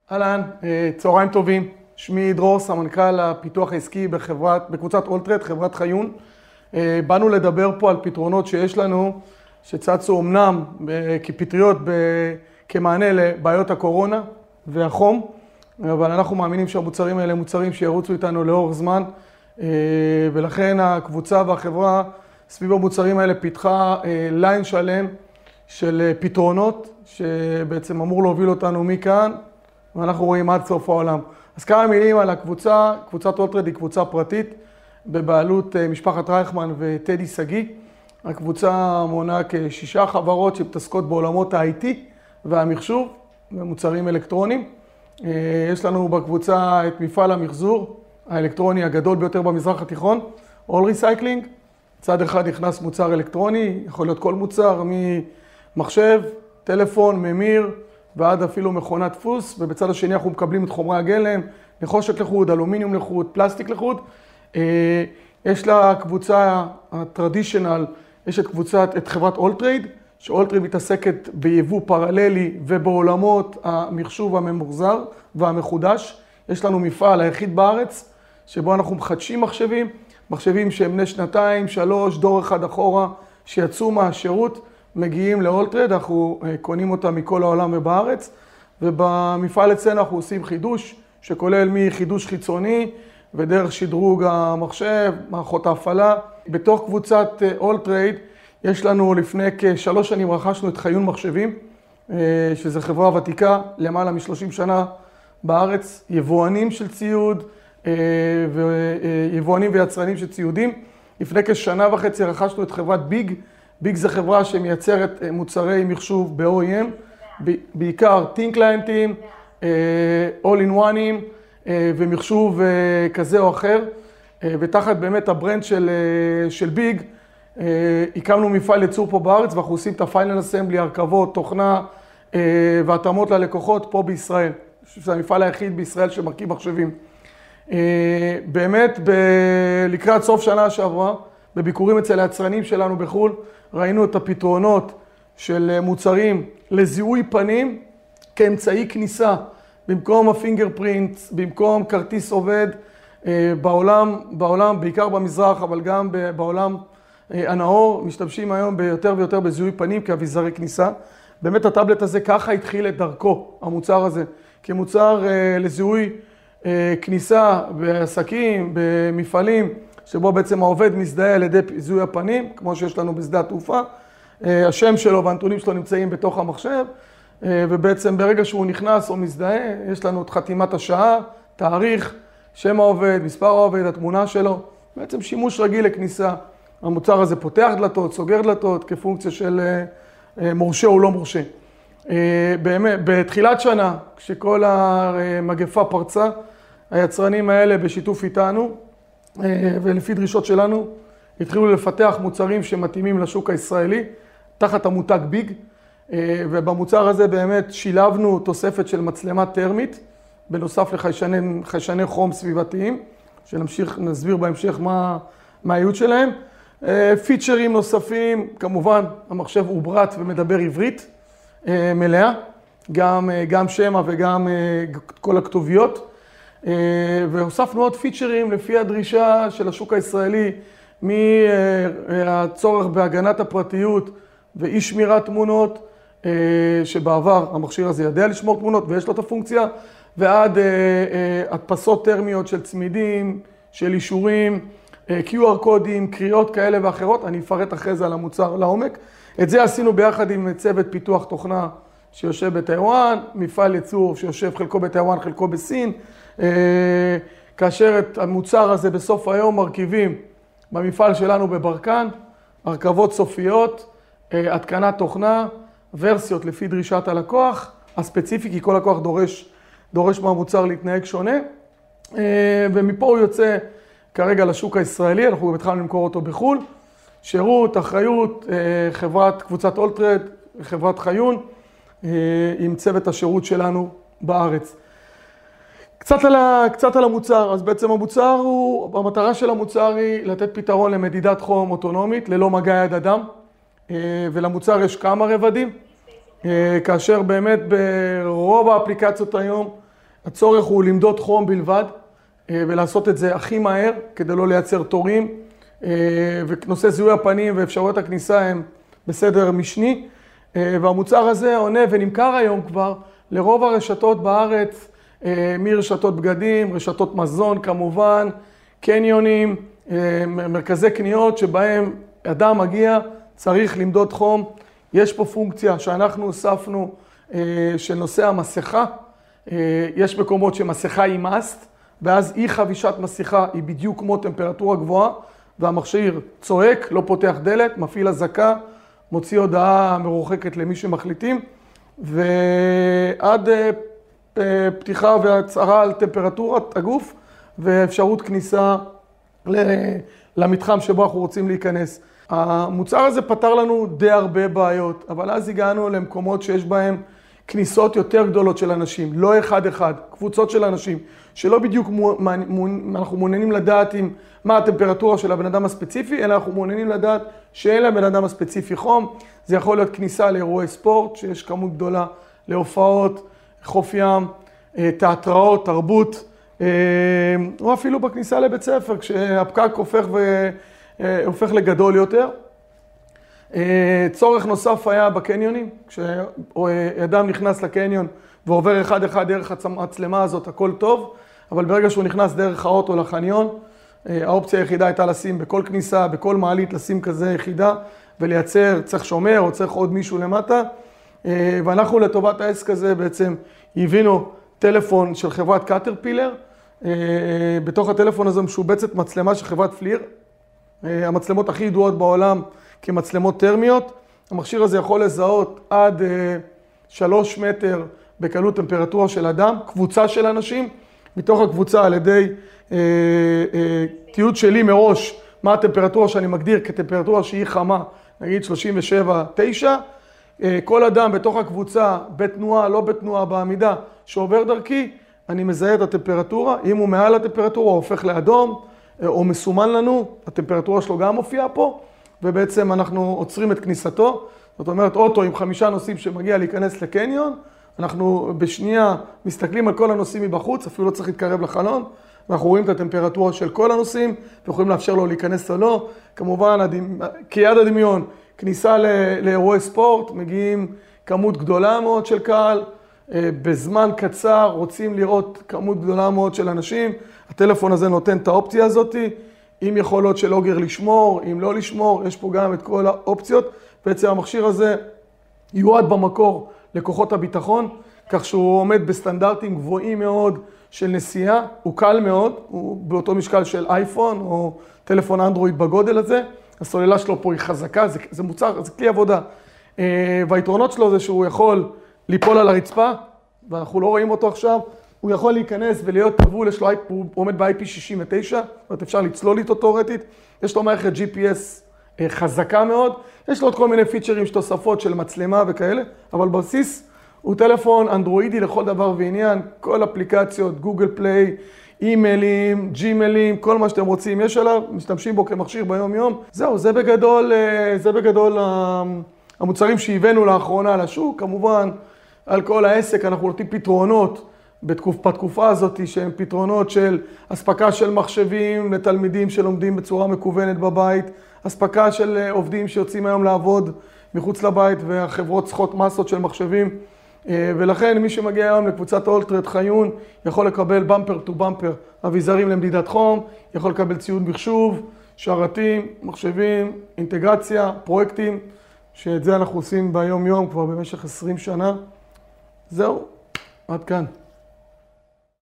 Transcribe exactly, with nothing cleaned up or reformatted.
אהלן, צהריים טובים. שמי דרור, סמנכ"ל הפיתוח העסקי בחברת, בקבוצת אולטרד, חברת חיון. באנו לדבר פה על פתרונות שיש לנו, שצצו אמנם כפטריות כמענה לבעיות הקורונה והחום, אבל אנחנו מאמינים שהמוצרים האלה הם מוצרים שירוצו איתנו לאורך זמן, ולכן הקבוצה והחברה סביב המוצרים האלה פיתחה ליין שלם של פתרונות, שבעצם אמור להוביל אותנו מכאן, ואנחנו רואים עד סוף העולם. אז כמה מילים על הקבוצה. קבוצת אולטרד היא קבוצה פרטית בבעלות משפחת רייכמן וטדי סגי. הקבוצה מונה כשישה חברות שמתעסקות בעולמות ה-איי טי והמחשוב ומוצרים אלקטרוניים. יש לנו בקבוצה את מפעל המחזור האלקטרוני הגדול ביותר במזרח התיכון, All Recycling. צד אחד נכנס מוצר אלקטרוני, יכול להיות כל מוצר, ממחשב, טלפון, ממיר, ועד אפילו מכונת דפוס, ובצד השני אנחנו מקבלים את חומרי הגלם, נחושת לחוד, אלומיניום לחוד, פלסטיק לחוד. יש לה קבוצה הטרדישיונל, יש את קבוצת, את חברת אולטרייד, שאולטרייד מתעסקת ביבוא פרללי ובעולמות המחשוב הממוחזר והמחודש. יש לנו מפעל היחיד בארץ, שבו אנחנו מחדשים מחשבים, מחשבים שהם בני שנתיים, שלוש, דור אחד אחורה, שיצאו מהשירות, מגיעים לאולטרד, אנחנו קונים אותם מכל העולם ובארץ, ובמפעל אצלנו אנחנו עושים חידוש, שכולל מחידוש חיצוני, ודרך שדרוג המחשב, מערכות ההפעלה. בתוך קבוצת אולטרייד, יש לנו לפני כשלוש שנים רכשנו את חיון מחשבים, שזו חברה ותיקה, למעלה משלושים שנה בארץ, יבואנים של ציוד, ויבואנים ויצרנים של ציודים. לפני כשנה וחצי רכשנו את חברת ביג, ביג זה חברה שמייצרת מוצרי מחשוב ב-או אי אם, בעיקר טין קליינטים, all in one'ים ומחשוב כזה או אחר, ותחת באמת הברנד של, של ביג, הקמנו מפעל ייצור פה בארץ, ואנחנו עושים את הפיינל אסמבלי, הרכבות, תוכנה והתאמות ללקוחות פה בישראל. זה המפעל היחיד בישראל שמרכיב מחשבים. באמת, ב- לקראת סוף שנה שעברה, בביקורים אצל היצרנים שלנו בחו"ל, ראינו את הפתרונות של מוצרים לזיהוי פנים כאמצעי כניסה, במקום הפינגר פרינט, במקום כרטיס עובד, בעולם, בעולם, בעיקר במזרח, אבל גם בעולם הנאור, משתמשים היום ביותר ויותר בזיהוי פנים כאביזרי כניסה. באמת הטאבלט הזה ככה התחיל את דרכו, המוצר הזה, כמוצר לזיהוי כניסה בעסקים, במפעלים, שבו בעצם העובד מזדהה על ידי זיהוי הפנים, כמו שיש לנו בשדה התעופה. השם שלו והנתונים שלו נמצאים בתוך המחשב, ובעצם ברגע שהוא נכנס או מזדהה, יש לנו את חתימת השעה, תאריך, שם העובד, מספר העובד, התמונה שלו, בעצם שימוש רגיל לכניסה. המוצר הזה פותח דלתות, סוגר דלתות, כפונקציה של מורשה או לא מורשה. באמת, בתחילת שנה, כשכל המגפה פרצה, היצרנים האלה בשיתוף איתנו, ולפי דרישות שלנו, התחילו לפתח מוצרים שמתאימים לשוק הישראלי, תחת המותג ביג, ובמוצר הזה באמת שילבנו תוספת של מצלמה טרמית, בנוסף לחיישני חום סביבתיים, שנמשיך, נסביר בהמשך מה, מה הייעוד שלהם. פיצ'רים נוספים, כמובן, המחשב הוברט ומדבר עברית מלאה, גם, גם שמה וגם כל הכתוביות. והוספנו עוד פיצ'רים לפי הדרישה של השוק הישראלי, מהצורך בהגנת הפרטיות ואי שמירת תמונות, שבעבר המכשיר הזה יודע לשמור תמונות ויש לו את הפונקציה, ועד הדפסות טרמיות של צמידים, של אישורים, קיו אר קודים, קריאות כאלה ואחרות. אני אפרט אחרי זה על המוצר לעומק. את זה עשינו ביחד עם צוות פיתוח תוכנה שיושב בטיואן, מפעל ייצור שיושב חלקו בטיואן, חלקו בסין, כאשר את המוצר הזה בסוף היום מרכיבים במפעל שלנו בברקן, הרכבות סופיות, התקנת תוכנה, ורסיות לפי דרישת הלקוח, הספציפי, כי כל לקוח דורש, דורש מהמוצר להתנהג שונה, ומפה הוא יוצא כרגע לשוק הישראלי, אנחנו התחלנו למכור אותו בחו"ל, שירות, אחריות, חברת קבוצת אולטרד, חברת חיון, עם צוות השירות שלנו בארץ. קצת על, ה, קצת על המוצר, אז בעצם המוצר הוא, המטרה של המוצר היא לתת פתרון למדידת חום אוטונומית, ללא מגע יד אדם, ולמוצר יש כמה רבדים, כאשר באמת ברוב האפליקציות היום הצורך הוא למדוד חום בלבד, ולעשות את זה הכי מהר, כדי לא לייצר תורים, ונושא זיהוי הפנים ואפשרויות הכניסה הם בסדר משני, והמוצר הזה עונה ונמכר היום כבר לרוב הרשתות בארץ, מרשתות בגדים, רשתות מזון כמובן, קניונים, מרכזי קניות שבהם אדם מגיע, צריך למדוד חום. יש פה פונקציה שאנחנו הוספנו של נושא המסכה, יש מקומות שמסכה היא must, ואז אי חבישת מסכה היא בדיוק כמו טמפרטורה גבוהה, והמכשיר צועק, לא פותח דלת, מפעיל אזעקה, מוציא הודעה מרוחקת למי שמחליטים, ועד פתיחה והצהרה על טמפרטורת הגוף, ואפשרות כניסה למתחם שבו אנחנו רוצים להיכנס. המוצר הזה פתר לנו די הרבה בעיות, אבל אז הגענו למקומות שיש בהם כניסות יותר גדולות של אנשים, לא אחד אחד, קבוצות של אנשים, שלא בדיוק אנחנו מעוניינים לדעת עם מה הטמפרטורה של הבן אדם הספציפי, אלא אנחנו מעוניינים לדעת שאין לבן אדם הספציפי חום. זה יכול להיות כניסה לאירועי ספורט, שיש כמות גדולה להופעות, חוף ים, תיאטראות, תרבות, או אפילו בכניסה לבית ספר, כשהפקק הופך, ו... הופך לגדול יותר. צורך נוסף היה בקניונים, כשאדם נכנס לקניון ועובר אחד אחד דרך המצלמה הזאת, הכל טוב, אבל ברגע שהוא נכנס דרך האוטו לחניון, האופציה היחידה הייתה לשים בכל כניסה, בכל מעלית, לשים כזה יחידה, ולייצר, צריך שומר או צריך עוד מישהו למטה, ואנחנו לטובת העסק הזה בעצם הבינו טלפון של חברת קאטרפילר, בתוך הטלפון הזה משובצת מצלמה של חברת פליר, המצלמות הכי ידועות בעולם כמצלמות טרמיות. המכשיר הזה יכול לזהות עד שלוש מטר בקלות טמפרטורה של אדם, קבוצה של אנשים, מתוך הקבוצה על ידי תיעוד שלי מראש, מה הטמפרטורה שאני מגדיר כטמפרטורה שהיא חמה, נגיד שלושים ושבע תשע, כל אדם בתוך הקבוצה, בתנועה, לא בתנועה, בעמידה, שעובר דרכי, אני מזהה את הטמפרטורה, אם הוא מעל הטמפרטורה הוא הופך לאדום, או מסומן לנו, הטמפרטורה שלו גם מופיעה פה, ובעצם אנחנו עוצרים את כניסתו. זאת אומרת, אוטו עם חמישה נוסעים שמגיע להיכנס לקניון, אנחנו בשנייה מסתכלים על כל הנוסעים מבחוץ, אפילו לא צריך להתקרב לחלון, ואנחנו רואים את הטמפרטורה של כל הנוסעים, ויכולים לאפשר לו להיכנס או לא. כמובן, כיד הדמיון, כניסה לאירועי ספורט, מגיעים כמות גדולה מאוד של קהל, בזמן קצר רוצים לראות כמות גדולה מאוד של אנשים, הטלפון הזה נותן את האופציה הזאת, עם יכולות של אוגר לשמור, אם לא לשמור, יש פה גם את כל האופציות. בעצם המכשיר הזה יועד במקור לכוחות הביטחון, כך שהוא עומד בסטנדרטים גבוהים מאוד של נסיעה, הוא קל מאוד, הוא באותו משקל של אייפון או טלפון אנדרואיד בגודל הזה, הסוללה שלו פה היא חזקה, זה, זה מוצר, זה כלי עבודה. והיתרונות שלו זה שהוא יכול ליפול על הרצפה, ואנחנו לא רואים אותו עכשיו, הוא יכול להיכנס ולהיות טבול, יש לו, הוא עומד ב-איי פי שישים ותשע, זאת אומרת אפשר לצלול איתו תיאורטית, יש לו מערכת ג'י פי אס חזקה מאוד, יש לו עוד כל מיני פיצ'רים שתוספות של מצלמה וכאלה, אבל בבסיס הוא טלפון אנדרואידי לכל דבר ועניין, כל אפליקציות, גוגל פליי, אימיילים, ג'ימיילים, כל מה שאתם רוצים יש עליו, משתמשים בו כמכשיר ביום יום. זהו, זה בגדול, זה בגדול המוצרים שהבאנו לאחרונה לשוק, כמובן על כל העסק אנחנו נותנים פתרונות, בתקופה הזאת שהם פתרונות של אספקה של מחשבים לתלמידים שלומדים בצורה מקוונת בבית, אספקה של עובדים שיוצאים היום לעבוד מחוץ לבית והחברות צריכות מסות של מחשבים, ולכן מי שמגיע היום לקבוצת אולטרט חיון יכול לקבל במפר טו במפר, אביזרים למדידת חום, יכול לקבל ציוד מחשוב, שרתים, מחשבים, אינטגרציה, פרויקטים, שאת זה אנחנו עושים ביום יום כבר במשך עשרים שנה. זהו, עד כאן.